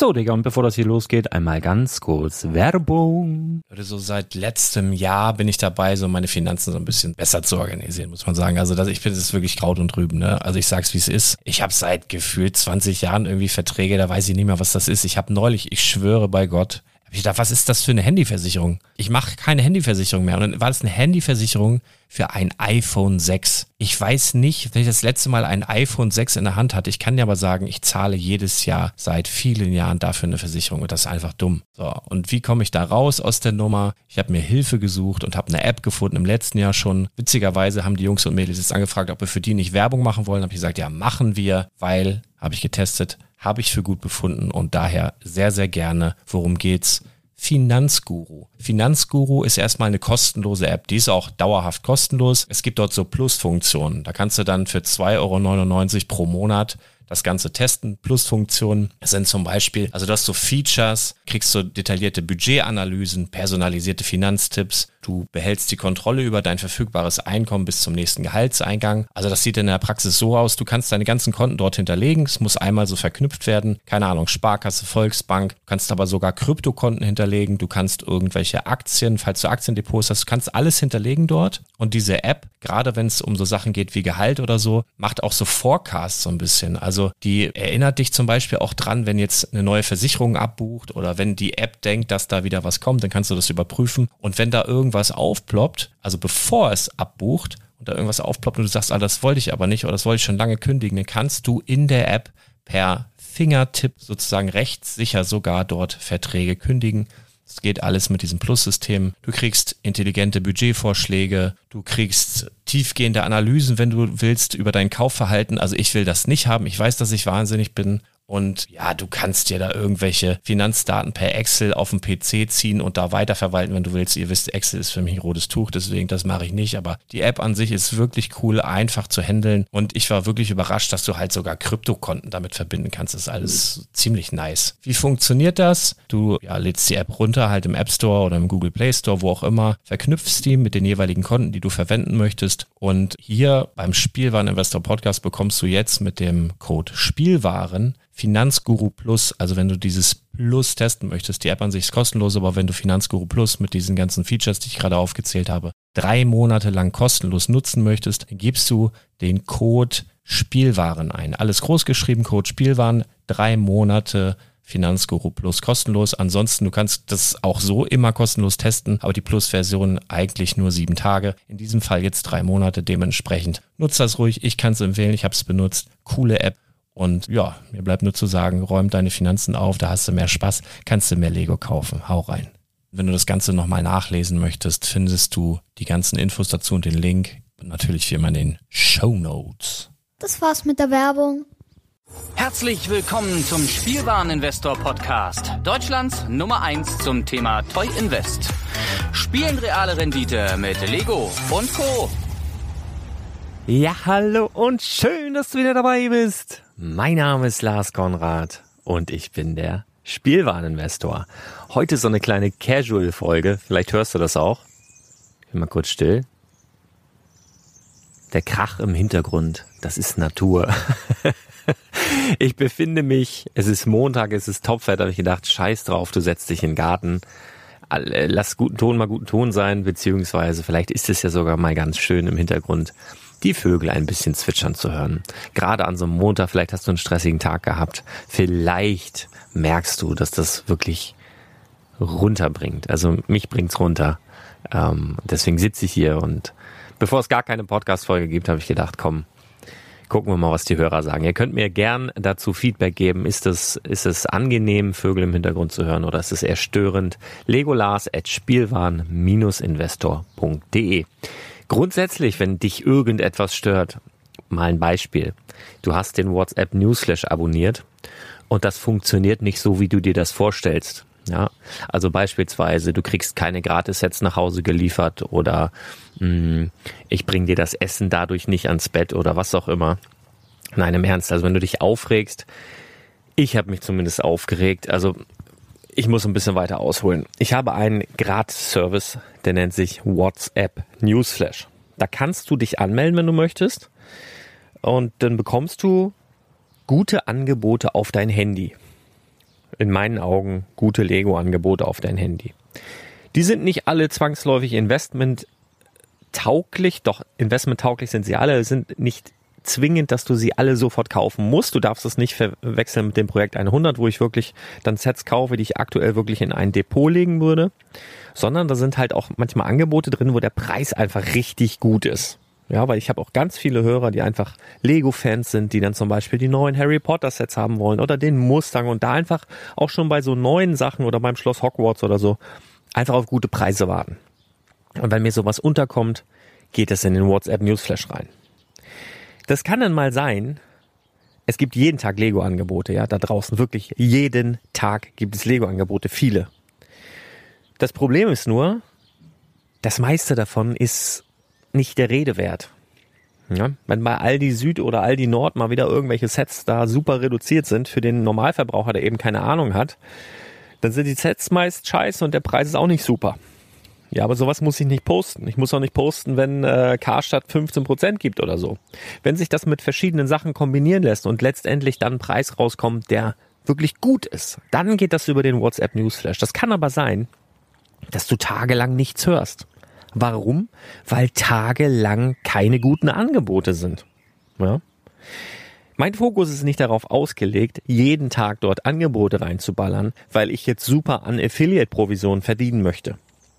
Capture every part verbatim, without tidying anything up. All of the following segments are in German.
So, Digga, und bevor das hier losgeht, einmal ganz kurz Werbung. So seit letztem Jahr bin ich dabei, so meine Finanzen so ein bisschen besser zu organisieren, muss man sagen. Also das, ich finde, das ist wirklich Kraut und Rüben, ne? Also ich sag's, wie es ist. Ich habe seit gefühlt zwanzig Jahren irgendwie Verträge, da weiß ich nicht mehr, was das ist. Ich habe neulich, ich schwöre bei Gott, hab ich gedacht, was ist das für eine Handyversicherung? Ich mache keine Handyversicherung mehr. Und dann war das eine Handyversicherung für ein iPhone sechs. Ich weiß nicht, wenn ich das letzte Mal ein iPhone sechs in der Hand hatte. Ich kann dir aber sagen, ich zahle jedes Jahr seit vielen Jahren dafür eine Versicherung und das ist einfach dumm. So, und wie komme ich da raus aus der Nummer? Ich habe mir Hilfe gesucht und habe eine App gefunden im letzten Jahr schon. Witzigerweise haben die Jungs und Mädels jetzt angefragt, ob wir für die nicht Werbung machen wollen. Habe ich gesagt, ja, machen wir, weil, habe ich getestet, habe ich für gut befunden und daher sehr, sehr gerne. Worum geht's? Finanzguru. Finanzguru ist erstmal eine kostenlose App. Die ist auch dauerhaft kostenlos. Es gibt dort so Plusfunktionen. Da kannst du dann für zwei Euro neunundneunzig pro Monat das Ganze testen. Plusfunktionen sind zum Beispiel, also du hast so Features, kriegst so detaillierte Budgetanalysen, personalisierte Finanztipps. Du behältst die Kontrolle über dein verfügbares Einkommen bis zum nächsten Gehaltseingang. Also das sieht in der Praxis so aus, du kannst deine ganzen Konten dort hinterlegen. Es muss einmal so verknüpft werden. Keine Ahnung, Sparkasse, Volksbank. Du kannst aber sogar Kryptokonten hinterlegen. Du kannst irgendwelche Aktien, falls du Aktiendepots hast, du kannst alles hinterlegen dort. Und diese App, gerade wenn es um so Sachen geht wie Gehalt oder so, macht auch so Forecasts so ein bisschen. Also die erinnert dich zum Beispiel auch dran, wenn jetzt eine neue Versicherung abbucht oder wenn die App denkt, dass da wieder was kommt, dann kannst du das überprüfen. Und wenn da irgendwas was aufploppt, also bevor es abbucht und da irgendwas aufploppt und du sagst, ah, das wollte ich aber nicht oder das wollte ich schon lange kündigen, dann kannst du in der App per Fingertipp sozusagen rechtssicher sogar dort Verträge kündigen. Das geht alles mit diesem Plus-System. Du kriegst intelligente Budgetvorschläge, du kriegst tiefgehende Analysen, wenn du willst, über dein Kaufverhalten. Also ich will das nicht haben. Ich weiß, dass ich wahnsinnig bin. Und ja, du kannst dir da irgendwelche Finanzdaten per Excel auf dem P C ziehen und da weiterverwalten, wenn du willst. Ihr wisst, Excel ist für mich ein rotes Tuch, deswegen das mache ich nicht. Aber die App an sich ist wirklich cool, einfach zu handeln. Und ich war wirklich überrascht, dass du halt sogar Kryptokonten damit verbinden kannst. Das ist alles mhm. ziemlich nice. Wie funktioniert das? Du ja, lädst die App runter, halt im App Store oder im Google Play Store, wo auch immer. Verknüpfst die mit den jeweiligen Konten, die du verwenden möchtest. Und hier beim Spielwareninvestor Podcast bekommst du jetzt mit dem Code Spielwaren Finanzguru Plus, also wenn du dieses Plus testen möchtest, die App an sich ist kostenlos, aber wenn du Finanzguru Plus mit diesen ganzen Features, die ich gerade aufgezählt habe, drei Monate lang kostenlos nutzen möchtest, dann gibst du den Code Spielwaren ein. Alles groß geschrieben, Code Spielwaren, drei Monate Finanzguru Plus kostenlos. Ansonsten, du kannst das auch so immer kostenlos testen, aber die Plus-Version eigentlich nur sieben Tage. In diesem Fall jetzt drei Monate, dementsprechend nutzt das ruhig. Ich kann es empfehlen, ich habe es benutzt. Coole App. Und ja, mir bleibt nur zu sagen, räum deine Finanzen auf, da hast du mehr Spaß, kannst du mehr Lego kaufen. Hau rein. Wenn du das Ganze nochmal nachlesen möchtest, findest du die ganzen Infos dazu und den Link. Und natürlich wie immer in den Shownotes. Das war's mit der Werbung. Herzlich willkommen zum Spielwareninvestor Podcast. Deutschlands Nummer eins zum Thema Toy Invest. Spielen reale Rendite mit Lego und Co. Ja, hallo und schön, dass du wieder dabei bist. Mein Name ist Lars Konrad und ich bin der Spielwareninvestor. Heute so eine kleine Casual-Folge, vielleicht hörst du das auch. Ich bin mal kurz still. Der Krach im Hintergrund, das ist Natur. Ich befinde mich, es ist Montag, es ist Topwetter, habe ich gedacht, scheiß drauf, du setzt dich in den Garten. Lass guten Ton mal guten Ton sein, beziehungsweise vielleicht ist es ja sogar mal ganz schön im Hintergrund, die Vögel ein bisschen zwitschern zu hören. Gerade an so einem Montag, vielleicht hast du einen stressigen Tag gehabt. Vielleicht merkst du, dass das wirklich runterbringt. Also mich bringt's runter. Ähm, deswegen sitze ich hier und bevor es gar keine Podcast-Folge gibt, habe ich gedacht, komm, gucken wir mal, was die Hörer sagen. Ihr könnt mir gern dazu Feedback geben. Ist es, ist es angenehm, Vögel im Hintergrund zu hören oder ist es eher störend? legolas at spielwaren Bindestrich investor punkt de. Grundsätzlich, wenn dich irgendetwas stört, mal ein Beispiel. Du hast den WhatsApp Newsflash abonniert und das funktioniert nicht so, wie du dir das vorstellst. Ja, also beispielsweise, du kriegst keine Gratis-Sets nach Hause geliefert oder mh, ich bring dir das Essen dadurch nicht ans Bett oder was auch immer. Nein, im Ernst, also wenn du dich aufregst, ich habe mich zumindest aufgeregt, also ich muss ein bisschen weiter ausholen. Ich habe einen Gratis-Service, der nennt sich WhatsApp Newsflash. Da kannst du dich anmelden, wenn du möchtest und dann bekommst du gute Angebote auf dein Handy. in meinen Augen gute Lego-Angebote auf dein Handy. Die sind nicht alle zwangsläufig investmenttauglich, doch investmenttauglich sind sie alle, sind nicht zwingend, dass du sie alle sofort kaufen musst. Du darfst es nicht verwechseln mit dem Projekt hundert, wo ich wirklich dann Sets kaufe, die ich aktuell wirklich in ein Depot legen würde, sondern da sind halt auch manchmal Angebote drin, wo der Preis einfach richtig gut ist. Ja, weil ich habe auch ganz viele Hörer, die einfach Lego-Fans sind, die dann zum Beispiel die neuen Harry Potter-Sets haben wollen oder den Mustang und da einfach auch schon bei so neuen Sachen oder beim Schloss Hogwarts oder so einfach auf gute Preise warten. Und wenn mir sowas unterkommt, geht es in den WhatsApp-Newsflash rein. Das kann dann mal sein, es gibt jeden Tag Lego-Angebote, ja, da draußen wirklich jeden Tag gibt es Lego-Angebote, viele. Das Problem ist nur, das meiste davon ist nicht der Rede wert. Ja, wenn bei Aldi Süd oder Aldi Nord mal wieder irgendwelche Sets da super reduziert sind für den Normalverbraucher, der eben keine Ahnung hat, dann sind die Sets meist scheiße und der Preis ist auch nicht super. Ja, aber sowas muss ich nicht posten. Ich muss auch nicht posten, wenn äh, Karstadt fünfzehn Prozent gibt oder so. Wenn sich das mit verschiedenen Sachen kombinieren lässt und letztendlich dann ein Preis rauskommt, der wirklich gut ist, dann geht das über den WhatsApp Newsflash. Das kann aber sein, dass du tagelang nichts hörst. Warum? Weil tagelang keine guten Angebote sind. Ja. Mein Fokus ist nicht darauf ausgelegt, jeden Tag dort Angebote reinzuballern, weil ich jetzt super an Affiliate-Provisionen verdienen möchte.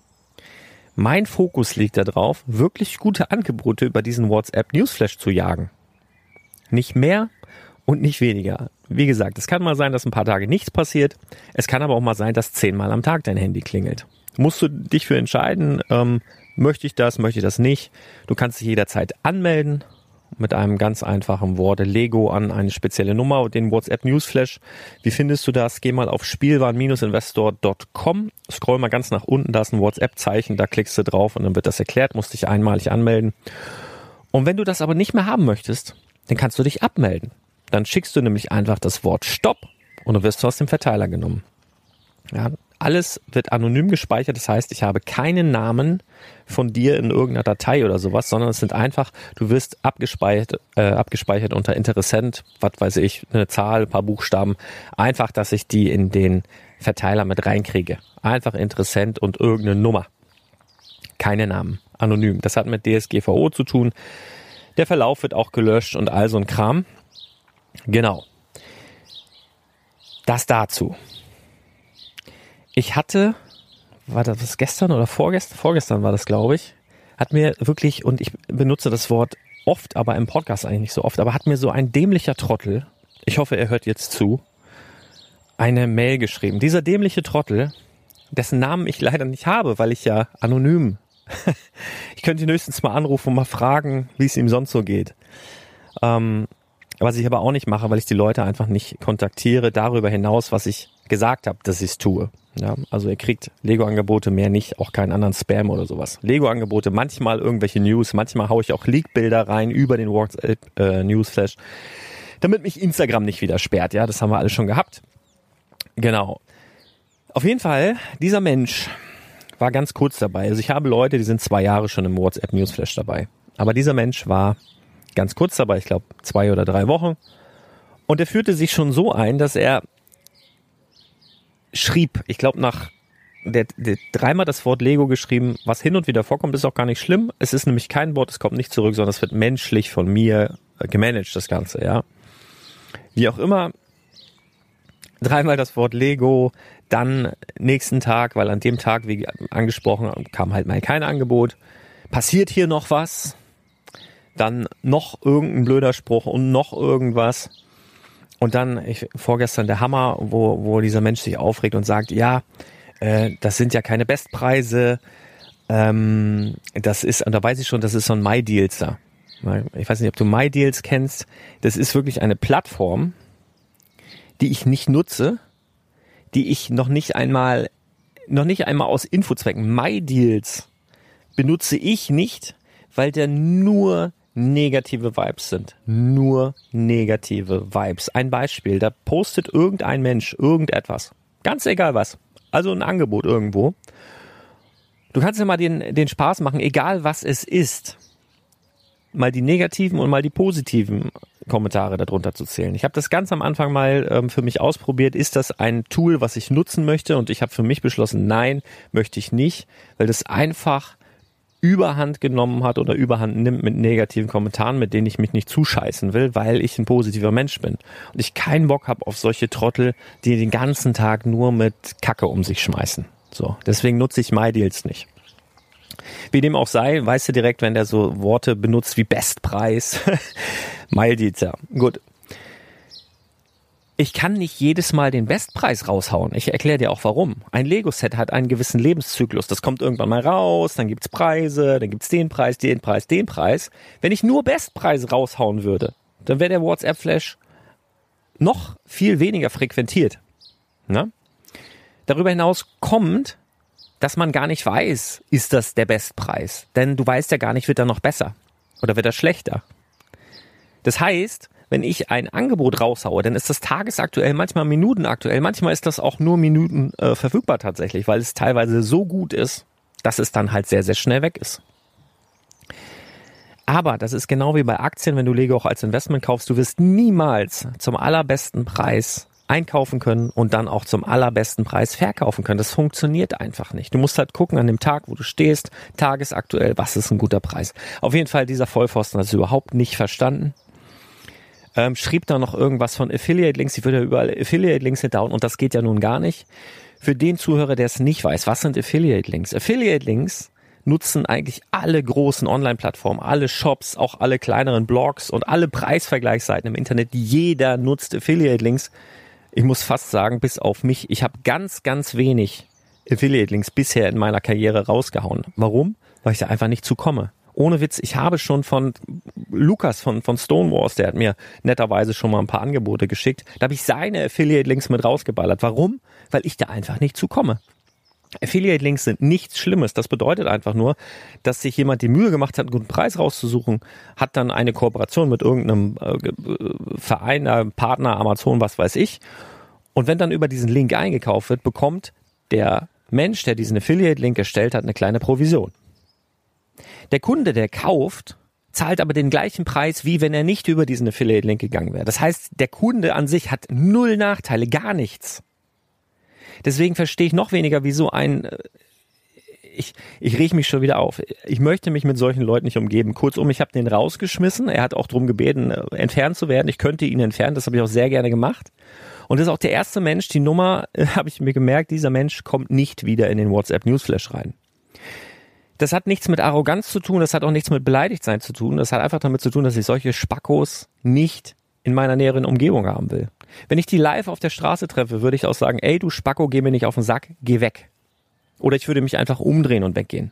Mein Fokus liegt darauf, wirklich gute Angebote über diesen WhatsApp-Newsflash zu jagen. Nicht mehr und nicht weniger. Wie gesagt, es kann mal sein, dass ein paar Tage nichts passiert. Es kann aber auch mal sein, dass zehnmal am Tag dein Handy klingelt. Musst du dich für entscheiden, ähm, möchte ich das, möchte ich das nicht. Du kannst dich jederzeit anmelden mit einem ganz einfachen Wort Lego an eine spezielle Nummer, den WhatsApp Newsflash. Wie findest du das? Geh mal auf spielwaren Bindestrich investor Punkt com, scroll mal ganz nach unten, da ist ein WhatsApp-Zeichen, da klickst du drauf und dann wird das erklärt, musst dich einmalig anmelden. Und wenn du das aber nicht mehr haben möchtest, dann kannst du dich abmelden. Dann schickst du nämlich einfach das Wort Stopp und du wirst aus dem Verteiler genommen. Ja, alles wird anonym gespeichert, das heißt, ich habe keinen Namen von dir in irgendeiner Datei oder sowas, sondern es sind einfach, du wirst abgespeichert, äh, abgespeichert unter Interessent, was weiß ich, eine Zahl, ein paar Buchstaben, einfach, dass ich die in den Verteiler mit reinkriege. Einfach Interessent und irgendeine Nummer. Keine Namen, anonym. Das hat mit D S G V O zu tun. Der Verlauf wird auch gelöscht und all so ein Kram. Genau. Das dazu. Ich hatte, war das gestern oder vorgestern? Vorgestern war das, glaube ich, hat mir wirklich, und ich benutze das Wort oft, aber im Podcast eigentlich nicht so oft, aber hat mir so ein dämlicher Trottel, ich hoffe, er hört jetzt zu, eine Mail geschrieben. Dieser dämliche Trottel, dessen Namen ich leider nicht habe, weil ich ja anonym, ich könnte ihn höchstens mal anrufen und mal fragen, wie es ihm sonst so geht. Ähm, was ich aber auch nicht mache, weil ich die Leute einfach nicht kontaktiere, darüber hinaus, was ich gesagt habe, dass ich es tue. Ja, also ihr kriegt Lego-Angebote, mehr nicht, auch keinen anderen Spam oder sowas. Lego-Angebote, manchmal irgendwelche News, manchmal haue ich auch Leak-Bilder rein über den WhatsApp-Newsflash, äh, damit mich Instagram nicht wieder sperrt. Ja, das haben wir alles schon gehabt. Genau. Auf jeden Fall, dieser Mensch war ganz kurz dabei. Also ich habe Leute, die sind zwei Jahre schon im WhatsApp-Newsflash dabei. Aber dieser Mensch war ganz kurz dabei, ich glaube zwei oder drei Wochen. Und er führte sich schon so ein, dass er schrieb, ich glaube nach, der, der dreimal das Wort Lego geschrieben, was hin und wieder vorkommt, ist auch gar nicht schlimm. Es ist nämlich kein Wort, es kommt nicht zurück, sondern es wird menschlich von mir gemanagt, das Ganze, ja. Wie auch immer, dreimal das Wort Lego, dann nächsten Tag, weil an dem Tag, wie angesprochen, kam halt mal kein Angebot. Passiert hier noch was? Dann noch irgendein blöder Spruch und noch irgendwas. Und dann, ich, vorgestern der Hammer, wo, wo dieser Mensch sich aufregt und sagt, ja, äh, das sind ja keine Bestpreise, ähm, das ist, und da weiß ich schon, das ist so ein MyDealser. Ich weiß nicht, ob du MyDeals kennst. Das ist wirklich eine Plattform, die ich nicht nutze, die ich noch nicht einmal, noch nicht einmal aus Infozwecken. MyDeals benutze ich nicht, weil der nur negative Vibes sind. Nur negative Vibes. Ein Beispiel, da postet irgendein Mensch irgendetwas. Ganz egal was. Also ein Angebot irgendwo. Du kannst ja mal den, den Spaß machen, egal was es ist. Mal die negativen und mal die positiven Kommentare darunter zu zählen. Ich habe das ganz am Anfang mal ähm, für mich ausprobiert. Ist das ein Tool, was ich nutzen möchte? Und ich habe für mich beschlossen, nein, möchte ich nicht, weil das einfach Überhand genommen hat oder Überhand nimmt mit negativen Kommentaren, mit denen ich mich nicht zuscheißen will, weil ich ein positiver Mensch bin. Und ich keinen Bock habe auf solche Trottel, die den ganzen Tag nur mit Kacke um sich schmeißen. So, deswegen nutze ich MyDeals nicht. Wie dem auch sei, weißt du direkt, wenn der so Worte benutzt wie Bestpreis. MyDeals, ja. Gut. Ich kann nicht jedes Mal den Bestpreis raushauen. Ich erkläre dir auch warum. Ein Lego-Set hat einen gewissen Lebenszyklus. Das kommt irgendwann mal raus, dann gibt's Preise, dann gibt's den Preis, den Preis, den Preis. Wenn ich nur Bestpreise raushauen würde, dann wäre der WhatsApp-Flash noch viel weniger frequentiert. Na? Darüber hinaus kommt, dass man gar nicht weiß, ist das der Bestpreis. Denn du weißt ja gar nicht, wird er noch besser oder wird er schlechter. Das heißt, wenn ich ein Angebot raushaue, dann ist das tagesaktuell, manchmal minutenaktuell, manchmal ist das auch nur Minuten äh, verfügbar tatsächlich, weil es teilweise so gut ist, dass es dann halt sehr, sehr schnell weg ist. Aber das ist genau wie bei Aktien, wenn du Lego auch als Investment kaufst, du wirst niemals zum allerbesten Preis einkaufen können und dann auch zum allerbesten Preis verkaufen können. Das funktioniert einfach nicht. Du musst halt gucken an dem Tag, wo du stehst, tagesaktuell, was ist ein guter Preis. Auf jeden Fall, dieser Vollpfosten hat es überhaupt nicht verstanden. Ähm, schrieb da noch irgendwas von Affiliate-Links. Ich würde ja überall Affiliate-Links hinterhauen und das geht ja nun gar nicht. Für den Zuhörer, der es nicht weiß, was sind Affiliate-Links? Affiliate-Links nutzen eigentlich alle großen Online-Plattformen, alle Shops, auch alle kleineren Blogs und alle Preisvergleichsseiten im Internet. Jeder nutzt Affiliate-Links. Ich muss fast sagen, bis auf mich, ich habe ganz, ganz wenig Affiliate-Links bisher in meiner Karriere rausgehauen. Warum? Weil ich da einfach nicht zu komme. Ohne Witz, ich habe schon von Lukas von, von Stonewalls, der hat mir netterweise schon mal ein paar Angebote geschickt, da habe ich seine Affiliate-Links mit rausgeballert. Warum? Weil ich da einfach nicht zukomme. Affiliate-Links sind nichts Schlimmes. Das bedeutet einfach nur, dass sich jemand die Mühe gemacht hat, einen guten Preis rauszusuchen, hat dann eine Kooperation mit irgendeinem äh, Verein, äh, Partner, Amazon, was weiß ich. Und wenn dann über diesen Link eingekauft wird, bekommt der Mensch, der diesen Affiliate-Link erstellt hat, eine kleine Provision. Der Kunde, der kauft, zahlt aber den gleichen Preis, wie wenn er nicht über diesen Affiliate-Link gegangen wäre. Das heißt, der Kunde an sich hat null Nachteile, gar nichts. Deswegen verstehe ich noch weniger, wieso ein... Ich, ich reg mich schon wieder auf. Ich möchte mich mit solchen Leuten nicht umgeben. Kurzum, ich habe den rausgeschmissen. Er hat auch darum gebeten, entfernt zu werden. Ich könnte ihn entfernen, das habe ich auch sehr gerne gemacht. Und das ist auch der erste Mensch, die Nummer, habe ich mir gemerkt, dieser Mensch kommt nicht wieder in den WhatsApp-Newsflash rein. Das hat nichts mit Arroganz zu tun, das hat auch nichts mit Beleidigtsein zu tun. Das hat einfach damit zu tun, dass ich solche Spackos nicht in meiner näheren Umgebung haben will. Wenn ich die live auf der Straße treffe, würde ich auch sagen, ey du Spacko, geh mir nicht auf den Sack, geh weg. Oder ich würde mich einfach umdrehen und weggehen.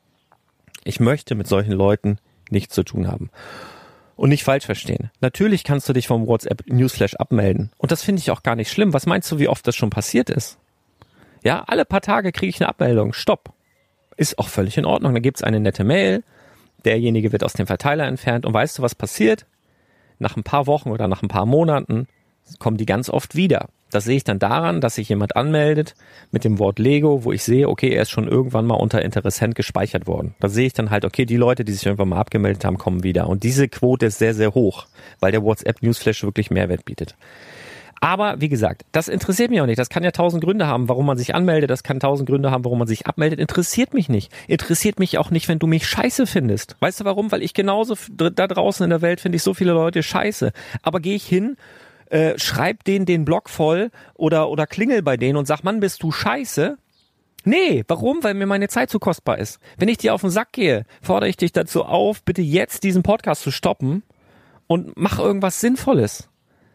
Ich möchte mit solchen Leuten nichts zu tun haben. Und nicht falsch verstehen. Natürlich kannst du dich vom WhatsApp-Newsflash abmelden. Und das finde ich auch gar nicht schlimm. Was meinst du, wie oft das schon passiert ist? Ja, alle paar Tage kriege ich eine Abmeldung. Stopp. Ist auch völlig in Ordnung. Da gibt's eine nette Mail. Derjenige wird aus dem Verteiler entfernt. Und weißt du, was passiert? Nach ein paar Wochen oder nach ein paar Monaten kommen die ganz oft wieder. Das sehe ich dann daran, dass sich jemand anmeldet mit dem Wort Lego, wo ich sehe, okay, er ist schon irgendwann mal unter Interessent gespeichert worden. Da sehe ich dann halt, okay, die Leute, die sich irgendwann mal abgemeldet haben, kommen wieder. Und diese Quote ist sehr, sehr hoch, weil der WhatsApp-Newsflash wirklich Mehrwert bietet. Aber wie gesagt, das interessiert mich auch nicht. Das kann ja tausend Gründe haben, warum man sich anmeldet. Das kann tausend Gründe haben, warum man sich abmeldet. Interessiert mich nicht. Interessiert mich auch nicht, wenn du mich scheiße findest. Weißt du warum? Weil ich genauso da draußen in der Welt finde ich so viele Leute scheiße. Aber gehe ich hin, äh, schreib denen den Blog voll oder oder klingel bei denen und sag, Mann, bist du scheiße? Nee, warum? Weil mir meine Zeit zu kostbar ist. Wenn ich dir auf den Sack gehe, fordere ich dich dazu auf, bitte jetzt diesen Podcast zu stoppen und mach irgendwas Sinnvolles.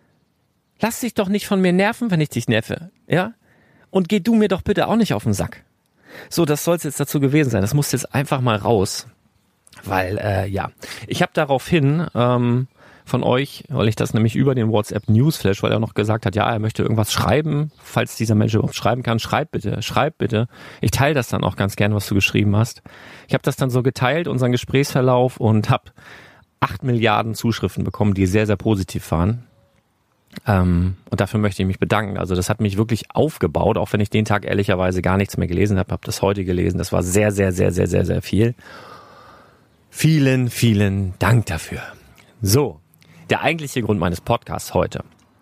Lass dich doch nicht von mir nerven, wenn ich dich nerve, ja? Und geh du mir doch bitte auch nicht auf den Sack. So, das soll es jetzt dazu gewesen sein. Das muss jetzt einfach mal raus. Weil, äh, ja, ich habe daraufhin ähm, von euch, weil ich das nämlich über den WhatsApp-Newsflash, weil er noch gesagt hat, ja, er möchte irgendwas schreiben, falls dieser Mensch überhaupt schreiben kann, schreib bitte, schreib bitte. Ich teile das dann auch ganz gern, was du geschrieben hast. Ich habe das dann so geteilt, unseren Gesprächsverlauf, und habe acht Milliarden Zuschriften bekommen, die sehr, sehr positiv waren. Ähm, und dafür möchte ich mich bedanken. Also das hat mich wirklich aufgebaut, auch wenn ich den Tag ehrlicherweise gar nichts mehr gelesen habe, habe das heute gelesen. Das war sehr, sehr, sehr, sehr, sehr, sehr viel. Vielen, vielen Dank dafür. So, Der eigentliche Grund meines Podcasts heute.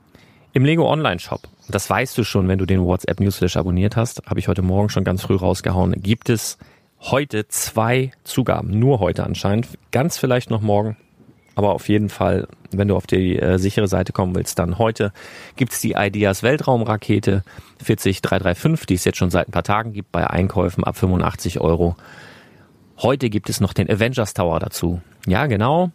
Im Lego Online-Shop, das weißt du schon, wenn du den WhatsApp-Newsflash abonniert hast, habe ich heute Morgen schon ganz früh rausgehauen, gibt es heute zwei Zugaben, nur heute anscheinend, ganz vielleicht noch morgen, aber auf jeden Fall, wenn du auf die äh, sichere Seite kommen willst, dann heute gibt's die Ideas Weltraumrakete vier null drei drei fünf, die es jetzt schon seit ein paar Tagen gibt, bei Einkäufen ab fünfundachtzig Euro. Heute gibt es noch den Avengers Tower dazu. Ja, genau.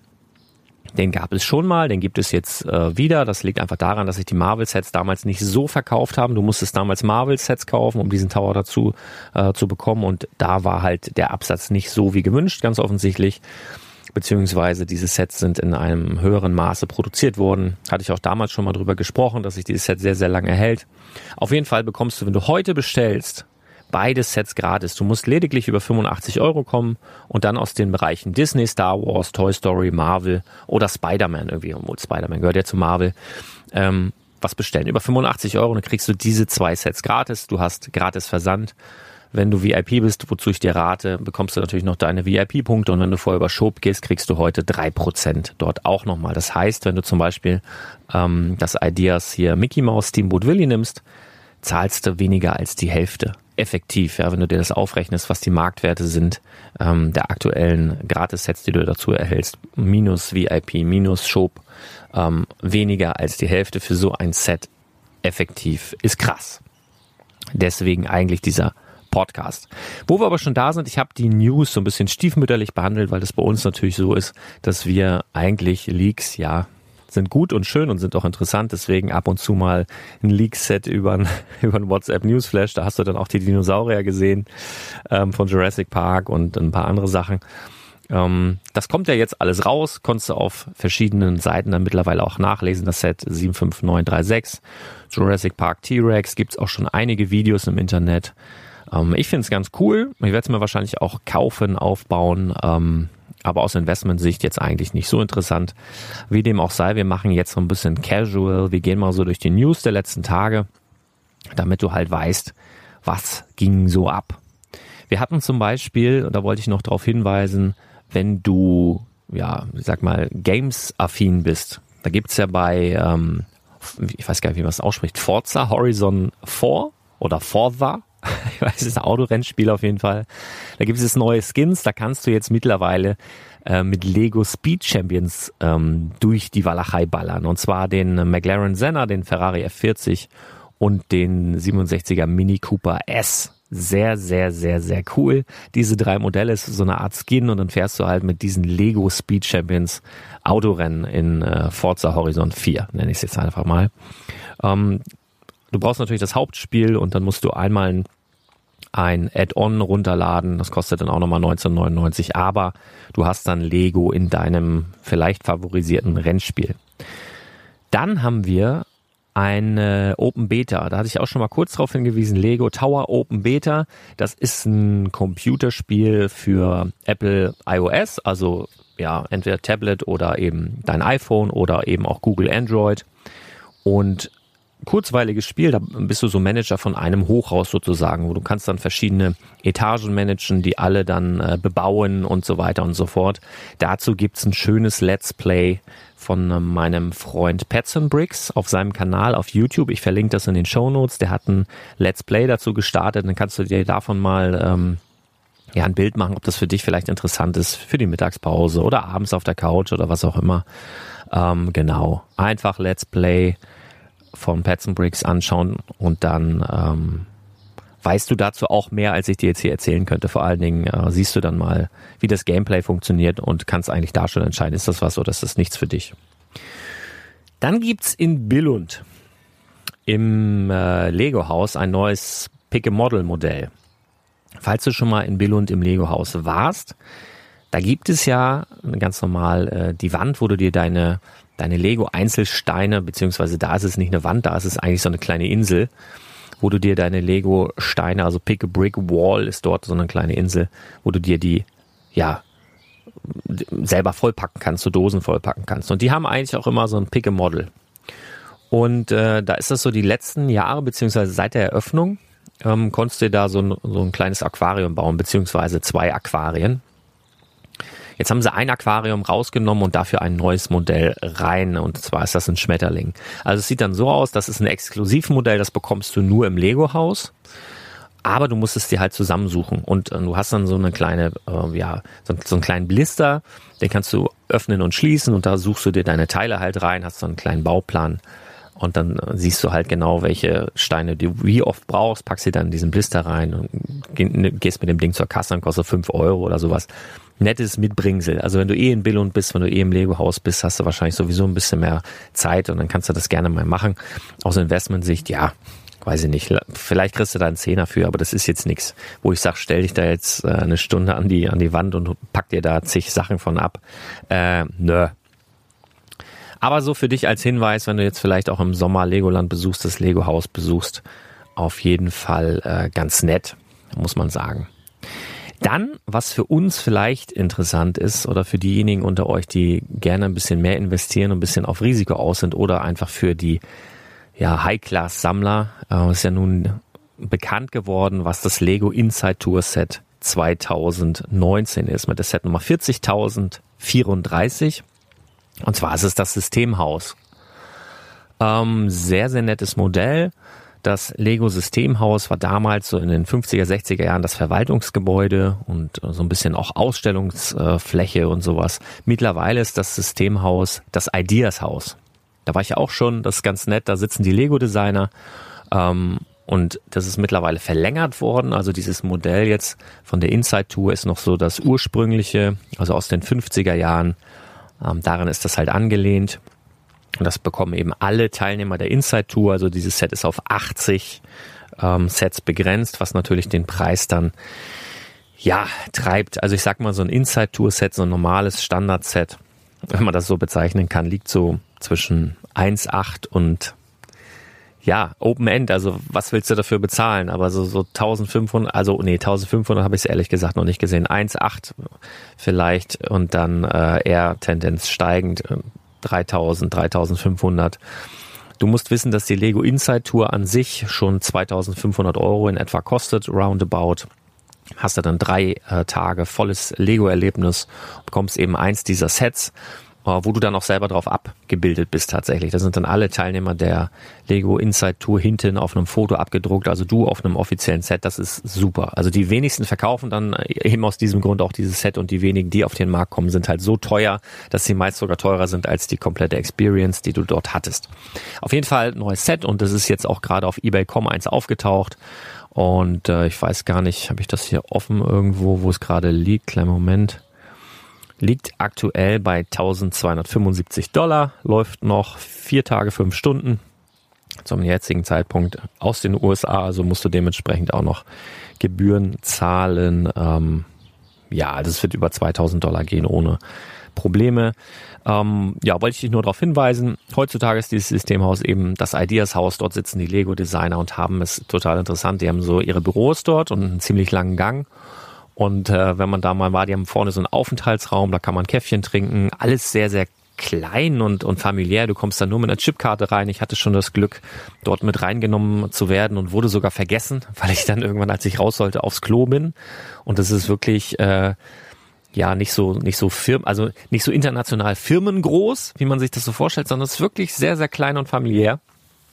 Den gab es schon mal, den gibt es jetzt äh, wieder. Das liegt einfach daran, dass sich die Marvel-Sets damals nicht so verkauft haben. Du musstest damals Marvel-Sets kaufen, um diesen Tower dazu äh, zu bekommen. Und da war halt der Absatz nicht so wie gewünscht, ganz offensichtlich. Beziehungsweise diese Sets sind in einem höheren Maße produziert worden. Hatte ich auch damals schon mal drüber gesprochen, dass sich dieses Set sehr, sehr lange hält. Auf jeden Fall bekommst du, wenn du heute bestellst, beide Sets gratis. Du musst lediglich über fünfundachtzig Euro kommen und dann aus den Bereichen Disney, Star Wars, Toy Story, Marvel oder Spider-Man irgendwie, obwohl Spider-Man gehört ja zu Marvel, ähm, was bestellen. Über fünfundachtzig Euro, dann kriegst du diese zwei Sets gratis. Du hast gratis Versand. Wenn du V I P bist, wozu ich dir rate, bekommst du natürlich noch deine V I P-Punkte und wenn du vorher über Shop gehst, kriegst du heute drei Prozent dort auch nochmal. Das heißt, wenn du zum Beispiel ähm, das Ideas hier Mickey Mouse Steamboat Willie nimmst, zahlst du weniger als die Hälfte. Effektiv, ja, wenn du dir das aufrechnest, was die Marktwerte sind, ähm, der aktuellen Gratis-Sets, die du dazu erhältst, minus V I P, minus Shop, ähm, weniger als die Hälfte für so ein Set effektiv, ist krass. Deswegen eigentlich dieser Podcast. Wo wir aber schon da sind, ich habe die News so ein bisschen stiefmütterlich behandelt, weil das bei uns natürlich so ist, dass wir eigentlich Leaks, ja, sind gut und schön und sind auch interessant, deswegen ab und zu mal ein Leak-Set über ein, über ein WhatsApp-Newsflash, da hast du dann auch die Dinosaurier gesehen ähm, von Jurassic Park und ein paar andere Sachen. Ähm, das kommt ja jetzt alles raus, konntest du auf verschiedenen Seiten dann mittlerweile auch nachlesen, das Set sieben fünf neun drei sechs, Jurassic Park T-Rex, gibt's auch schon einige Videos im Internet. Ähm, ich finde es ganz cool, ich werde es mir wahrscheinlich auch kaufen, aufbauen, ähm, aber aus Investmentsicht jetzt eigentlich nicht so interessant. Wie dem auch sei, wir machen jetzt so ein bisschen casual. Wir gehen mal so durch die News der letzten Tage, damit du halt weißt, was ging so ab. Wir hatten zum Beispiel, und da wollte ich noch darauf hinweisen, wenn du, ja, ich sag mal, Games-affin bist, da gibt's ja bei, ähm, ich weiß gar nicht, wie man es ausspricht, Forza Horizon vier oder Forza, ich weiß, es ist ein Autorennspiel auf jeden Fall. Da gibt es neue Skins, da kannst du jetzt mittlerweile äh, mit Lego Speed Champions ähm, durch die Walachei ballern. Und zwar den McLaren Senna, den Ferrari F vierzig und den siebenundsechziger Mini Cooper S. Sehr, sehr, sehr, sehr cool. Diese drei Modelle ist so eine Art Skin und dann fährst du halt mit diesen Lego Speed Champions Autorennen in äh, Forza Horizon vier, nenne ich es jetzt einfach mal. Ähm, Du brauchst natürlich das Hauptspiel und dann musst du einmal ein, ein Add-on runterladen. Das kostet dann auch nochmal neunzehn neunundneunzig, aber du hast dann Lego in deinem vielleicht favorisierten Rennspiel. Dann haben wir eine Open Beta. Da hatte ich auch schon mal kurz drauf hingewiesen. Lego Tower Open Beta. Das ist ein Computerspiel für Apple iOS, also ja, entweder Tablet oder eben dein iPhone oder eben auch Google Android. Und kurzweiliges Spiel, da bist du so Manager von einem Hochhaus sozusagen, wo du kannst dann verschiedene Etagen managen, die alle dann äh, bebauen und so weiter und so fort. Dazu gibt's ein schönes Let's Play von äh, meinem Freund Pets and Bricks auf seinem Kanal auf YouTube. Ich verlinke das in den Shownotes. Der hat ein Let's Play dazu gestartet. Dann kannst du dir davon mal ähm, ja ein Bild machen, ob das für dich vielleicht interessant ist für die Mittagspause oder abends auf der Couch oder was auch immer. Ähm, genau, einfach Let's Play von Pets and Bricks anschauen und dann ähm, weißt du dazu auch mehr, als ich dir jetzt hier erzählen könnte. Vor allen Dingen äh, siehst du dann mal, wie das Gameplay funktioniert und kannst eigentlich da schon entscheiden, ist das was oder ist das nichts für dich. Dann gibt's in Billund im äh, Lego-Haus ein neues Pick-a-Model-Modell. Falls du schon mal in Billund im Lego-Haus warst, da gibt es ja ganz normal äh, die Wand, wo du dir deine deine Lego-Einzelsteine, beziehungsweise da ist es nicht eine Wand, da ist es eigentlich so eine kleine Insel, wo du dir deine Lego-Steine, also Pick-a-Brick-Wall ist dort so eine kleine Insel, wo du dir die, ja, selber vollpacken kannst, so Dosen vollpacken kannst. Und die haben eigentlich auch immer so ein Pick-a-Model. Und äh, da ist das so die letzten Jahre, beziehungsweise seit der Eröffnung, ähm, konntest du da so ein, so ein kleines Aquarium bauen, beziehungsweise zwei Aquarien. Jetzt haben sie ein Aquarium rausgenommen und dafür ein neues Modell rein und zwar ist das ein Schmetterling. Also es sieht dann so aus, das ist ein Exklusivmodell, das bekommst du nur im Lego-Haus. Aber du musst es dir halt zusammensuchen und äh, du hast dann so eine kleine, äh, ja, so, so einen kleinen Blister, den kannst du öffnen und schließen und da suchst du dir deine Teile halt rein, hast so einen kleinen Bauplan und dann äh, siehst du halt genau, welche Steine du wie oft brauchst, packst sie dann in diesen Blister rein und geh, gehst mit dem Ding zur Kasse und kostet fünf Euro oder sowas. Nettes Mitbringsel. Also wenn du eh in Billund bist, wenn du eh im Lego-Haus bist, hast du wahrscheinlich sowieso ein bisschen mehr Zeit und dann kannst du das gerne mal machen. Aus Investmentsicht, ja, weiß ich nicht, vielleicht kriegst du da einen Zehner für, aber das ist jetzt nichts, wo ich sage, stell dich da jetzt äh, eine Stunde an die an die Wand und pack dir da zig Sachen von ab. Äh, nö. Aber so für dich als Hinweis, wenn du jetzt vielleicht auch im Sommer Legoland besuchst, das Lego-Haus besuchst, auf jeden Fall äh, ganz nett, muss man sagen. Dann, was für uns vielleicht interessant ist oder für diejenigen unter euch, die gerne ein bisschen mehr investieren und ein bisschen auf Risiko aus sind oder einfach für die ja, High-Class-Sammler, äh, ist ja nun bekannt geworden, was das Lego Inside Tour Set zwanzig neunzehn ist, mit der Set Nummer vierzigtausendvierunddreißig. Und zwar ist es das Systemhaus. Ähm, sehr, sehr nettes Modell. Das Lego Systemhaus war damals so in den fünfziger, sechziger Jahren das Verwaltungsgebäude und so ein bisschen auch Ausstellungsfläche und sowas. Mittlerweile ist das Systemhaus das Ideas Haus. Da war ich auch schon, das ist ganz nett, da sitzen die Lego-Designer ähm, und das ist mittlerweile verlängert worden, also dieses Modell jetzt von der Inside Tour ist noch so das ursprüngliche, also aus den fünfziger Jahren, ähm, daran ist das halt angelehnt und das bekommen eben alle Teilnehmer der Inside Tour, also dieses Set ist auf achtzig ähm, Sets begrenzt, was natürlich den Preis dann ja treibt, also ich sag mal so ein Inside Tour Set, so ein normales Standard-Set, wenn man das so bezeichnen kann, liegt so zwischen eins Komma acht und ja, Open End, also was willst du dafür bezahlen? Aber so, so eintausendfünfhundert, also nee, eintausendfünfhundert habe ich es ehrlich gesagt noch nicht gesehen. eins Komma acht vielleicht und dann äh, eher Tendenz steigend, dreitausend, dreitausendfünfhundert. Du musst wissen, dass die Lego Inside Tour an sich schon zweitausendfünfhundert Euro in etwa kostet, roundabout. Hast du dann drei äh, Tage volles Lego-Erlebnis, bekommst eben eins dieser Sets, wo du dann auch selber drauf abgebildet bist tatsächlich. Da sind dann alle Teilnehmer der Lego Inside Tour hinten auf einem Foto abgedruckt, also du auf einem offiziellen Set, das ist super. Also die wenigsten verkaufen dann eben aus diesem Grund auch dieses Set und die wenigen, die auf den Markt kommen, sind halt so teuer, dass sie meist sogar teurer sind als die komplette Experience, die du dort hattest. Auf jeden Fall neues Set und das ist jetzt auch gerade auf eBay Punkt com eins aufgetaucht und äh, ich weiß gar nicht, habe ich das hier offen irgendwo, wo es gerade liegt? Kleinen Moment. Liegt aktuell bei eintausendzweihundertfünfundsiebzig Dollar, läuft noch vier Tage, fünf Stunden zum jetzigen Zeitpunkt aus den U S A, also musst du dementsprechend auch noch Gebühren zahlen. Ähm, ja, das wird über zweitausend Dollar gehen ohne Probleme. Ähm, ja, wollte ich dich nur darauf hinweisen, heutzutage ist dieses Systemhaus eben das Ideas Haus, dort sitzen die Lego-Designer und haben es total interessant, die haben so ihre Büros dort und einen ziemlich langen Gang. Und äh, wenn man da mal war, die haben vorne so einen Aufenthaltsraum, da kann man Käffchen trinken. Alles sehr, sehr klein und, und familiär. Du kommst da nur mit einer Chipkarte rein. Ich hatte schon das Glück, dort mit reingenommen zu werden und wurde sogar vergessen, weil ich dann irgendwann, als ich raus sollte, aufs Klo bin. Und das ist wirklich äh, ja nicht so nicht so firm, also nicht so international firmengroß, wie man sich das so vorstellt, sondern es ist wirklich sehr, sehr klein und familiär.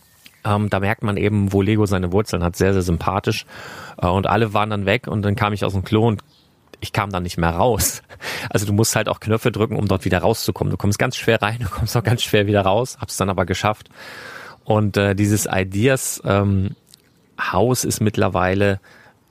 Ähm, da merkt man eben, wo Lego seine Wurzeln hat, sehr, sehr sympathisch. Äh, und alle waren dann weg und dann kam ich aus dem Klo und ich kam dann nicht mehr raus. Also du musst halt auch Knöpfe drücken, um dort wieder rauszukommen. Du kommst ganz schwer rein, du kommst auch ganz schwer wieder raus, hab's dann aber geschafft. Und äh, dieses Ideas ähm, Haus ist mittlerweile,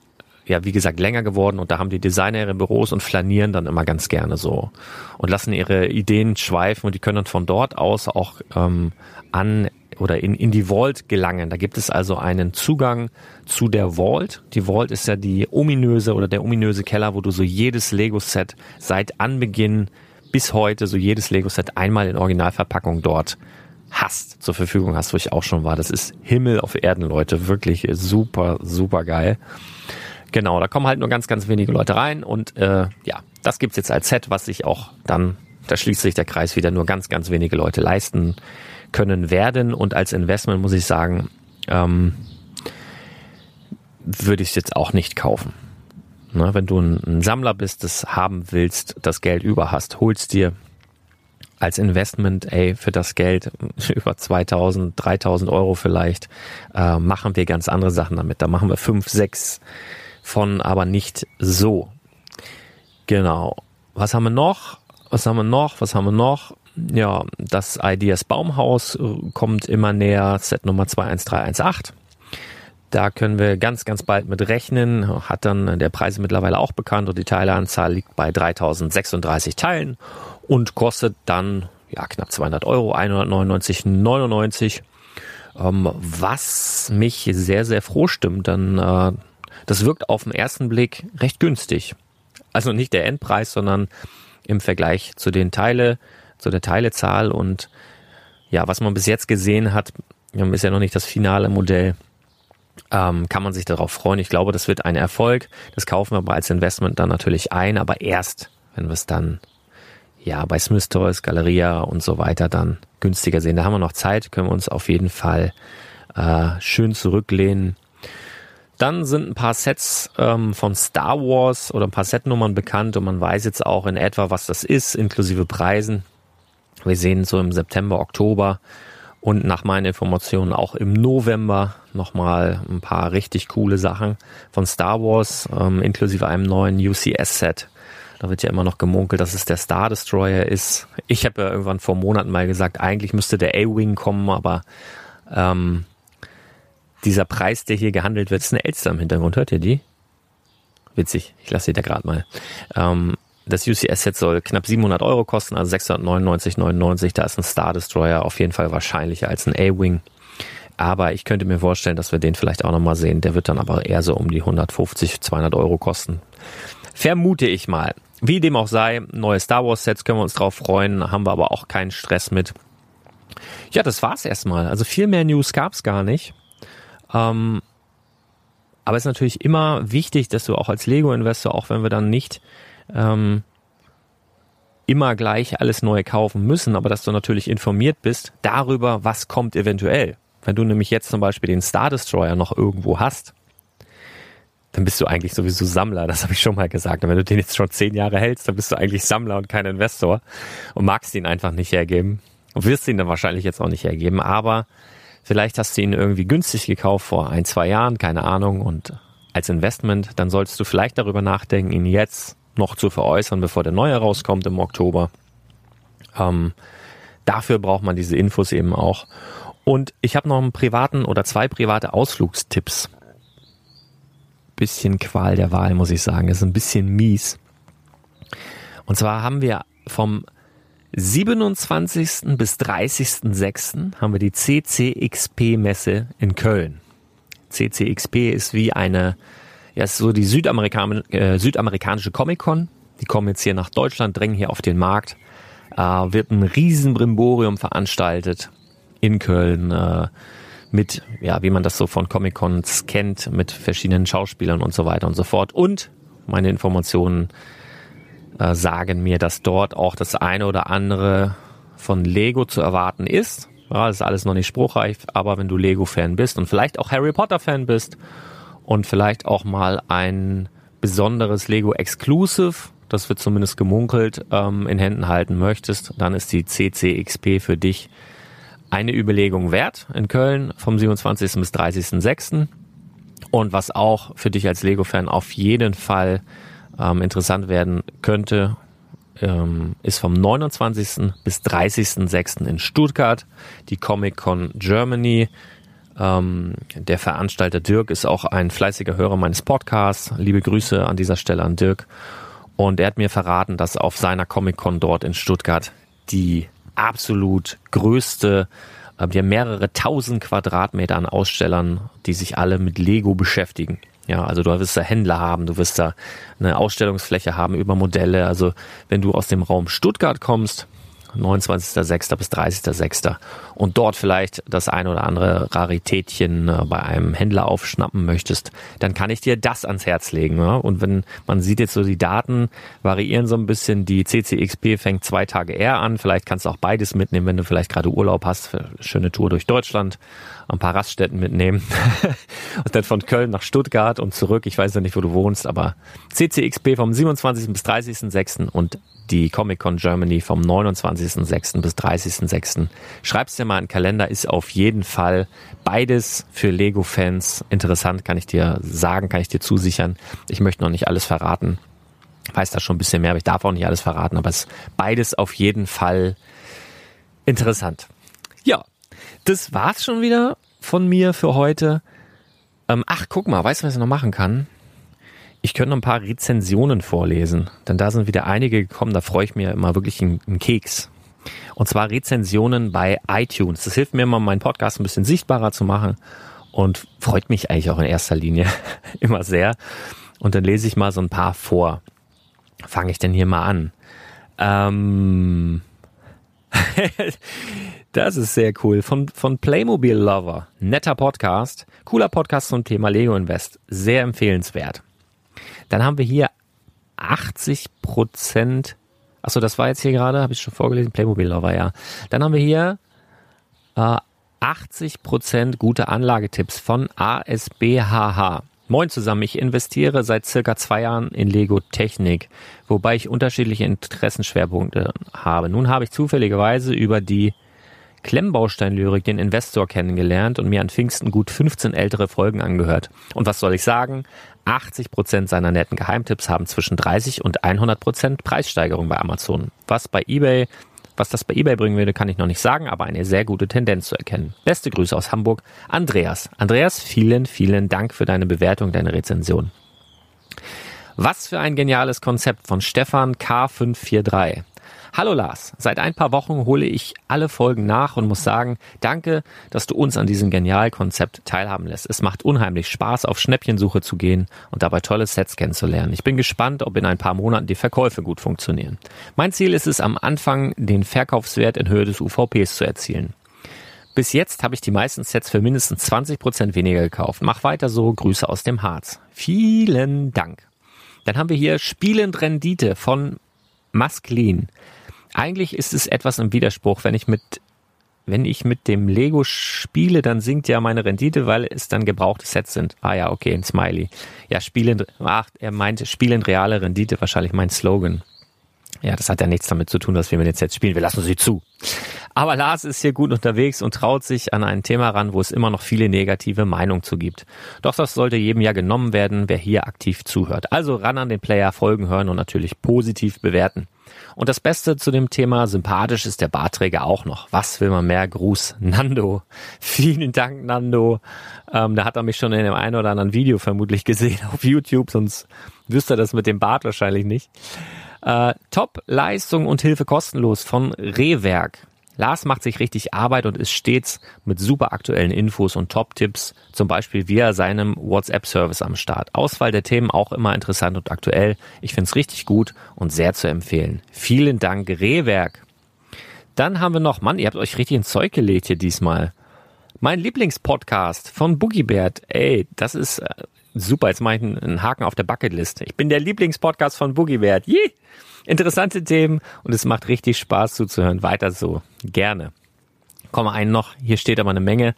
ja wie gesagt, länger geworden und da haben die Designer ihre Büros und flanieren dann immer ganz gerne so und lassen ihre Ideen schweifen und die können dann von dort aus auch ähm, an oder in, in die Vault gelangen. Da gibt es also einen Zugang zu der Vault. Die Vault ist ja die ominöse oder der ominöse Keller, wo du so jedes Lego-Set seit Anbeginn bis heute, so jedes Lego-Set einmal in Originalverpackung dort hast, zur Verfügung hast, wo ich auch schon war. Das ist Himmel auf Erden, Leute. Wirklich super, super geil. Genau, da kommen halt nur ganz, ganz wenige Leute rein und äh, ja, das gibt's jetzt als Set, was sich auch dann, da schließt sich der Kreis wieder, nur ganz, ganz wenige Leute leisten können werden und als Investment muss ich sagen, ähm, würde ich es jetzt auch nicht kaufen. Ne, wenn du ein, ein Sammler bist, das haben willst, das Geld über hast, holst dir als Investment, ey, für das Geld über zweitausend, dreitausend Euro vielleicht, äh, machen wir ganz andere Sachen damit. Da machen wir fünf, sechs von, aber nicht so. Genau. Was haben wir noch? Was haben wir noch? Was haben wir noch? Ja, das Ideas Baumhaus kommt immer näher, Set Nummer zwei eins drei eins acht. Da können wir ganz, ganz bald mit rechnen. Hat dann der Preis mittlerweile auch bekannt und die Teileanzahl liegt bei dreitausendsechsunddreißig Teilen und kostet dann ja knapp zweihundert Euro, hundertneunundneunzig neunundneunzig. Ähm, was mich sehr, sehr froh stimmt, denn äh, das wirkt auf den ersten Blick recht günstig. Also nicht der Endpreis, sondern im Vergleich zu den Teile, zu der Teilezahl und ja, was man bis jetzt gesehen hat, ist ja noch nicht das finale Modell. Ähm, kann man sich darauf freuen. Ich glaube, das wird ein Erfolg. Das kaufen wir aber als Investment dann natürlich ein, aber erst, wenn wir es dann ja bei Smith Toys, Galeria und so weiter dann günstiger sehen. Da haben wir noch Zeit, können wir uns auf jeden Fall äh, schön zurücklehnen. Dann sind ein paar Sets ähm, von Star Wars oder ein paar Setnummern bekannt und man weiß jetzt auch in etwa, was das ist, inklusive Preisen. Wir sehen so im September, Oktober und nach meinen Informationen auch im November nochmal ein paar richtig coole Sachen von Star Wars, ähm, inklusive einem neuen U C S-Set. Da wird ja immer noch gemunkelt, dass es der Star Destroyer ist. Ich habe ja irgendwann vor Monaten mal gesagt, eigentlich müsste der A-Wing kommen, aber ähm, dieser Preis, der hier gehandelt wird, ist eine Elster im Hintergrund. Hört ihr die? Witzig, ich lasse sie da gerade mal. Ähm, das U C S-Set soll knapp siebenhundert Euro kosten, also sechshundertneunundneunzig neunundneunzig. Da ist ein Star Destroyer auf jeden Fall wahrscheinlicher als ein A-Wing. Aber ich könnte mir vorstellen, dass wir den vielleicht auch nochmal sehen. Der wird dann aber eher so um die hundertfünfzig, zweihundert Euro kosten. Vermute ich mal. Wie dem auch sei, neue Star Wars-Sets können wir uns drauf freuen, haben wir aber auch keinen Stress mit. Ja, das war's erstmal. Also viel mehr News gab's gar nicht. Ähm, aber es ist natürlich immer wichtig, dass du auch als Lego-Investor, auch wenn wir dann nicht ähm, immer gleich alles neu kaufen müssen, aber dass du natürlich informiert bist darüber, was kommt eventuell. Wenn du nämlich jetzt zum Beispiel den Star Destroyer noch irgendwo hast, dann bist du eigentlich sowieso Sammler, das habe ich schon mal gesagt. Und wenn du den jetzt schon zehn Jahre hältst, dann bist du eigentlich Sammler und kein Investor und magst ihn einfach nicht hergeben und wirst ihn dann wahrscheinlich jetzt auch nicht hergeben, aber vielleicht hast du ihn irgendwie günstig gekauft vor ein, zwei Jahren, keine Ahnung, und als Investment, dann solltest du vielleicht darüber nachdenken, ihn jetzt noch zu veräußern, bevor der neue rauskommt im Oktober. Ähm, dafür braucht man diese Infos eben auch. Und ich habe noch einen privaten oder zwei private Ausflugstipps. Bisschen Qual der Wahl, muss ich sagen. Das ist ein bisschen mies. Und zwar haben wir vom siebenundzwanzigsten bis dreißigsten sechsten haben wir die C C X P-Messe in Köln. C C X P ist wie eine, ja, ist so die Südamerika- äh, südamerikanische Comic-Con. Die kommen jetzt hier nach Deutschland, drängen hier auf den Markt. Äh, wird ein riesen Brimborium veranstaltet in Köln äh, mit, ja, wie man das so von Comic-Cons kennt, mit verschiedenen Schauspielern und so weiter und so fort. Und meine Informationen äh, sagen mir, dass dort auch das eine oder andere von Lego zu erwarten ist. Ja, das ist alles noch nicht spruchreif, aber wenn du Lego-Fan bist und vielleicht auch Harry Potter-Fan bist und vielleicht auch mal ein besonderes Lego-Exclusive, das wird zumindest gemunkelt, ähm, in Händen halten möchtest, dann ist die C C X P für dich eine Überlegung wert in Köln vom siebenundzwanzigsten bis dreißigsten sechsten Und was auch für dich als Lego-Fan auf jeden Fall ähm, interessant werden könnte, ähm, ist vom neunundzwanzigsten bis dreißigsten sechsten in Stuttgart die Comic-Con Germany. Ähm, der Veranstalter Dirk ist auch ein fleißiger Hörer meines Podcasts. Liebe Grüße an dieser Stelle an Dirk. Und er hat mir verraten, dass auf seiner Comic-Con dort in Stuttgart die absolut größte, äh, die haben mehrere tausend Quadratmeter an Ausstellern, die sich alle mit Lego beschäftigen. Ja, also du wirst da Händler haben, du wirst da eine Ausstellungsfläche haben über Modelle. Also wenn du aus dem Raum Stuttgart kommst, neunundzwanzigsten sechsten bis dreißigsten sechsten und dort vielleicht das ein oder andere Raritätchen äh, bei einem Händler aufschnappen möchtest, dann kann ich dir das ans Herz legen. Ja? Und wenn man sieht jetzt so, die Daten variieren so ein bisschen, die C C X P fängt zwei Tage eher an, vielleicht kannst du auch beides mitnehmen, wenn du vielleicht gerade Urlaub hast, für eine schöne Tour durch Deutschland, ein paar Raststätten mitnehmen und dann von Köln nach Stuttgart und zurück. Ich weiß ja nicht, wo du wohnst, aber C C X P vom siebenundzwanzigsten bis dreißigsten sechsten und die Comic-Con Germany vom neunundzwanzigsten sechsten bis dreißigsten sechsten Schreib's dir mal in den Kalender, ist auf jeden Fall beides für Lego-Fans interessant, kann ich dir sagen, kann ich dir zusichern. Ich möchte noch nicht alles verraten, weiß da schon ein bisschen mehr, aber ich darf auch nicht alles verraten, aber es ist beides auf jeden Fall interessant. Ja, das war's schon wieder von mir für heute. Ähm, ach, guck mal, weißt du, was ich noch machen kann? Ich könnte noch ein paar Rezensionen vorlesen, denn da sind wieder einige gekommen, da freue ich mir immer wirklich einen, einen Keks. Und zwar Rezensionen bei iTunes. Das hilft mir immer, meinen Podcast ein bisschen sichtbarer zu machen und freut mich eigentlich auch in erster Linie immer sehr. Und dann lese ich mal so ein paar vor. Fange ich denn hier mal an? Ähm... Das ist sehr cool. Von, von Playmobil Lover. Netter Podcast. Cooler Podcast zum Thema Lego Invest. Sehr empfehlenswert. Dann haben wir hier achtzig Prozent. Achso, das war jetzt hier gerade, habe ich schon vorgelesen. Playmobil Lover, ja. Dann haben wir hier äh, achtzig Prozent gute Anlagetipps von A S B H H. Moin zusammen, ich investiere seit circa zwei Jahren in Lego Technik, wobei ich unterschiedliche Interessenschwerpunkte habe. Nun habe ich zufälligerweise über die Klemmbausteinlyrik den Investor kennengelernt und mir an Pfingsten gut fünfzehn ältere Folgen angehört. Und was soll ich sagen? achtzig Prozent seiner netten Geheimtipps haben zwischen dreißig und hundert Prozent Preissteigerung bei Amazon. Was bei eBay... Was das bei eBay bringen würde, kann ich noch nicht sagen, aber eine sehr gute Tendenz zu erkennen. Beste Grüße aus Hamburg, Andreas. Andreas, vielen, vielen Dank für deine Bewertung, deine Rezension. Was für ein geniales Konzept von Stefan K fünf vier drei. Hallo Lars, seit ein paar Wochen hole ich alle Folgen nach und muss sagen, danke, dass du uns an diesem genialen Konzept teilhaben lässt. Es macht unheimlich Spaß, auf Schnäppchensuche zu gehen und dabei tolle Sets kennenzulernen. Ich bin gespannt, ob in ein paar Monaten die Verkäufe gut funktionieren. Mein Ziel ist es, am Anfang den Verkaufswert in Höhe des U V Ps zu erzielen. Bis jetzt habe ich die meisten Sets für mindestens zwanzig Prozent weniger gekauft. Mach weiter so, Grüße aus dem Harz. Vielen Dank. Dann haben wir hier Spielend Rendite von Masklin. Eigentlich ist es etwas im Widerspruch, wenn ich mit wenn ich mit dem Lego spiele, dann sinkt ja meine Rendite, weil es dann gebrauchte Sets sind. Ah ja, okay, ein Smiley. Ja, spielend, ach, er meinte spielend reale Rendite, wahrscheinlich mein Slogan. Ja, das hat ja nichts damit zu tun, dass wir mit den Sets spielen. Wir lassen sie zu. Aber Lars ist hier gut unterwegs und traut sich an ein Thema ran, wo es immer noch viele negative Meinungen zu gibt. Doch das sollte jedem ja genommen werden, wer hier aktiv zuhört. Also ran an den Player, Folgen hören und natürlich positiv bewerten. Und das Beste zu dem Thema, sympathisch ist der Bartträger auch noch. Was will man mehr? Gruß, Nando. Vielen Dank, Nando. Ähm, da hat er mich schon in dem einen oder anderen Video vermutlich gesehen auf YouTube, sonst wüsste er das mit dem Bart wahrscheinlich nicht. Äh, Top, Leistung und Hilfe kostenlos von Rehwerk. Lars macht sich richtig Arbeit und ist stets mit super aktuellen Infos und Top-Tipps, zum Beispiel via seinem WhatsApp-Service am Start. Auswahl der Themen auch immer interessant und aktuell. Ich finde es richtig gut und sehr zu empfehlen. Vielen Dank, Rehwerk. Dann haben wir noch, Mann, ihr habt euch richtig ins Zeug gelegt hier diesmal. Mein Lieblingspodcast von Boogiebert. Ey, das ist äh, super, jetzt mache ich einen Haken auf der Bucketlist. Ich bin der Lieblingspodcast von Boogiebert. Yee! Interessante Themen und es macht richtig Spaß zuzuhören. Weiter so. Gerne. Komm, einen noch. Hier steht aber eine Menge.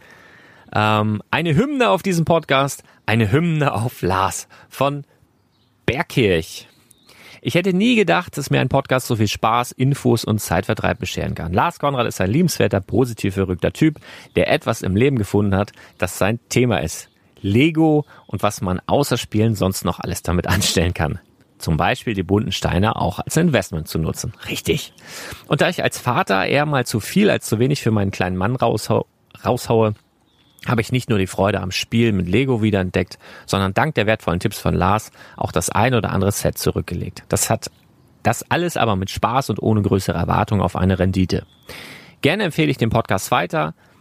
Ähm, eine Hymne auf diesem Podcast. Eine Hymne auf Lars von Bergkirch. Ich hätte nie gedacht, dass mir ein Podcast so viel Spaß, Infos und Zeitvertreib bescheren kann. Lars Konrad ist ein liebenswerter, positiv verrückter Typ, der etwas im Leben gefunden hat, das sein Thema ist. Lego und was man außer Spielen sonst noch alles damit anstellen kann. Zum Beispiel die bunten Steine auch als Investment zu nutzen. Richtig. Und da ich als Vater eher mal zu viel als zu wenig für meinen kleinen Mann raushau- raushaue, habe ich nicht nur die Freude am Spiel mit Lego wiederentdeckt, sondern dank der wertvollen Tipps von Lars auch das ein oder andere Set zurückgelegt. Das hat das alles aber mit Spaß und ohne größere Erwartung auf eine Rendite. Gerne empfehle ich den Podcast weiter.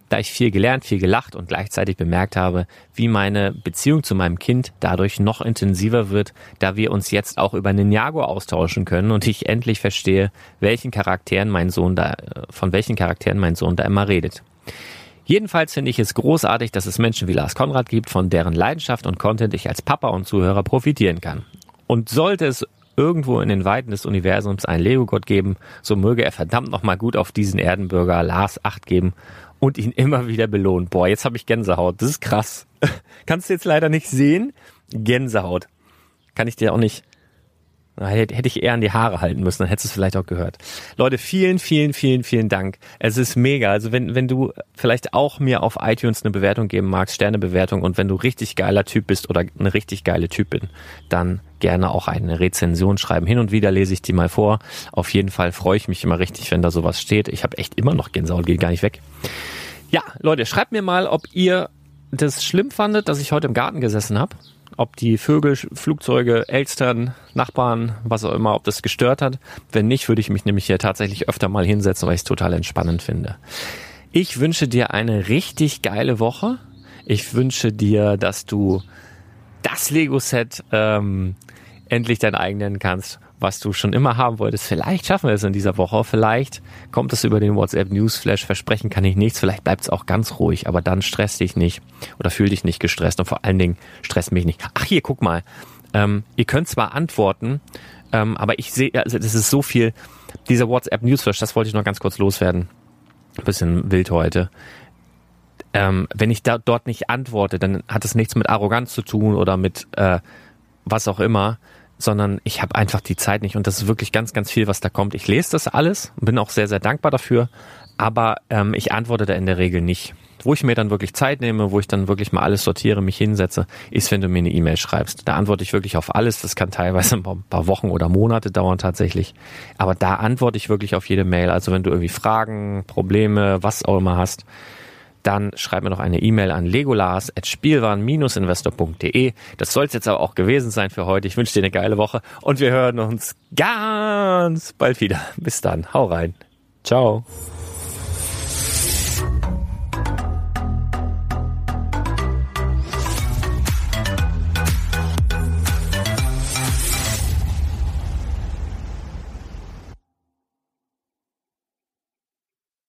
da ich viel gelernt, viel gelacht und gleichzeitig bemerkt habe, wie meine Beziehung zu meinem Kind dadurch noch intensiver wird, da wir uns jetzt auch über Ninjago austauschen können und ich endlich verstehe, welchen Charakteren mein Sohn da, von welchen Charakteren mein Sohn da immer redet. Jedenfalls finde ich es großartig, dass es Menschen wie Lars Konrad gibt, von deren Leidenschaft und Content ich als Papa und Zuhörer profitieren kann. Und sollte es irgendwo in den Weiten des Universums einen Lego-Gott geben, so möge er verdammt nochmal gut auf diesen Erdenbürger Lars Acht geben und ihn immer wieder belohnen. Boah, jetzt habe ich Gänsehaut. Das ist krass. Kannst du jetzt leider nicht sehen. Gänsehaut. Kann ich dir auch nicht... Hätte ich eher an die Haare halten müssen, dann hättest du es vielleicht auch gehört. Leute, vielen, vielen, vielen, vielen Dank. Es ist mega. Also wenn wenn du vielleicht auch mir auf iTunes eine Bewertung geben magst, Sternebewertung, und wenn du richtig geiler Typ bist oder eine richtig geile Typin, dann gerne auch eine Rezension schreiben. Hin und wieder lese ich die mal vor. Auf jeden Fall freue ich mich immer richtig, wenn da sowas steht. Ich habe echt immer noch Gänsehaut, geht gar nicht weg. Ja, Leute, schreibt mir mal, ob ihr das schlimm fandet, dass ich heute im Garten gesessen habe. Ob die Vögel, Flugzeuge, Elstern, Nachbarn, was auch immer, ob das gestört hat. Wenn nicht, würde ich mich nämlich hier tatsächlich öfter mal hinsetzen, weil ich es total entspannend finde. Ich wünsche dir eine richtig geile Woche. Ich wünsche dir, dass du das Lego-Set ähm, endlich dein eigen nennen kannst, was du schon immer haben wolltest. Vielleicht schaffen wir es in dieser Woche, vielleicht kommt es über den WhatsApp Newsflash, versprechen kann ich nichts, vielleicht bleibt es auch ganz ruhig, aber dann stress dich nicht oder fühl dich nicht gestresst und vor allen Dingen stress mich nicht. Ach hier, guck mal, ähm, ihr könnt zwar antworten, ähm, aber ich sehe, also das ist so viel, dieser WhatsApp Newsflash, das wollte ich noch ganz kurz loswerden, ein bisschen wild heute. Ähm, wenn ich da dort nicht antworte, dann hat es nichts mit Arroganz zu tun oder mit äh, was auch immer, sondern ich habe einfach die Zeit nicht und das ist wirklich ganz, ganz viel, was da kommt. Ich lese das alles und bin auch sehr, sehr dankbar dafür, aber ähm, ich antworte da in der Regel nicht. Wo ich mir dann wirklich Zeit nehme, wo ich dann wirklich mal alles sortiere, mich hinsetze, ist, wenn du mir eine E-Mail schreibst. Da antworte ich wirklich auf alles. Das kann teilweise ein paar Wochen oder Monate dauern tatsächlich. Aber da antworte ich wirklich auf jede Mail. Also wenn du irgendwie Fragen, Probleme, was auch immer hast, dann schreib mir noch eine E-Mail an legolas at spielwaren Bindestrich investor punkt de. Das soll es jetzt aber auch gewesen sein für heute. Ich wünsche dir eine geile Woche und wir hören uns ganz bald wieder. Bis dann. Hau rein. Ciao.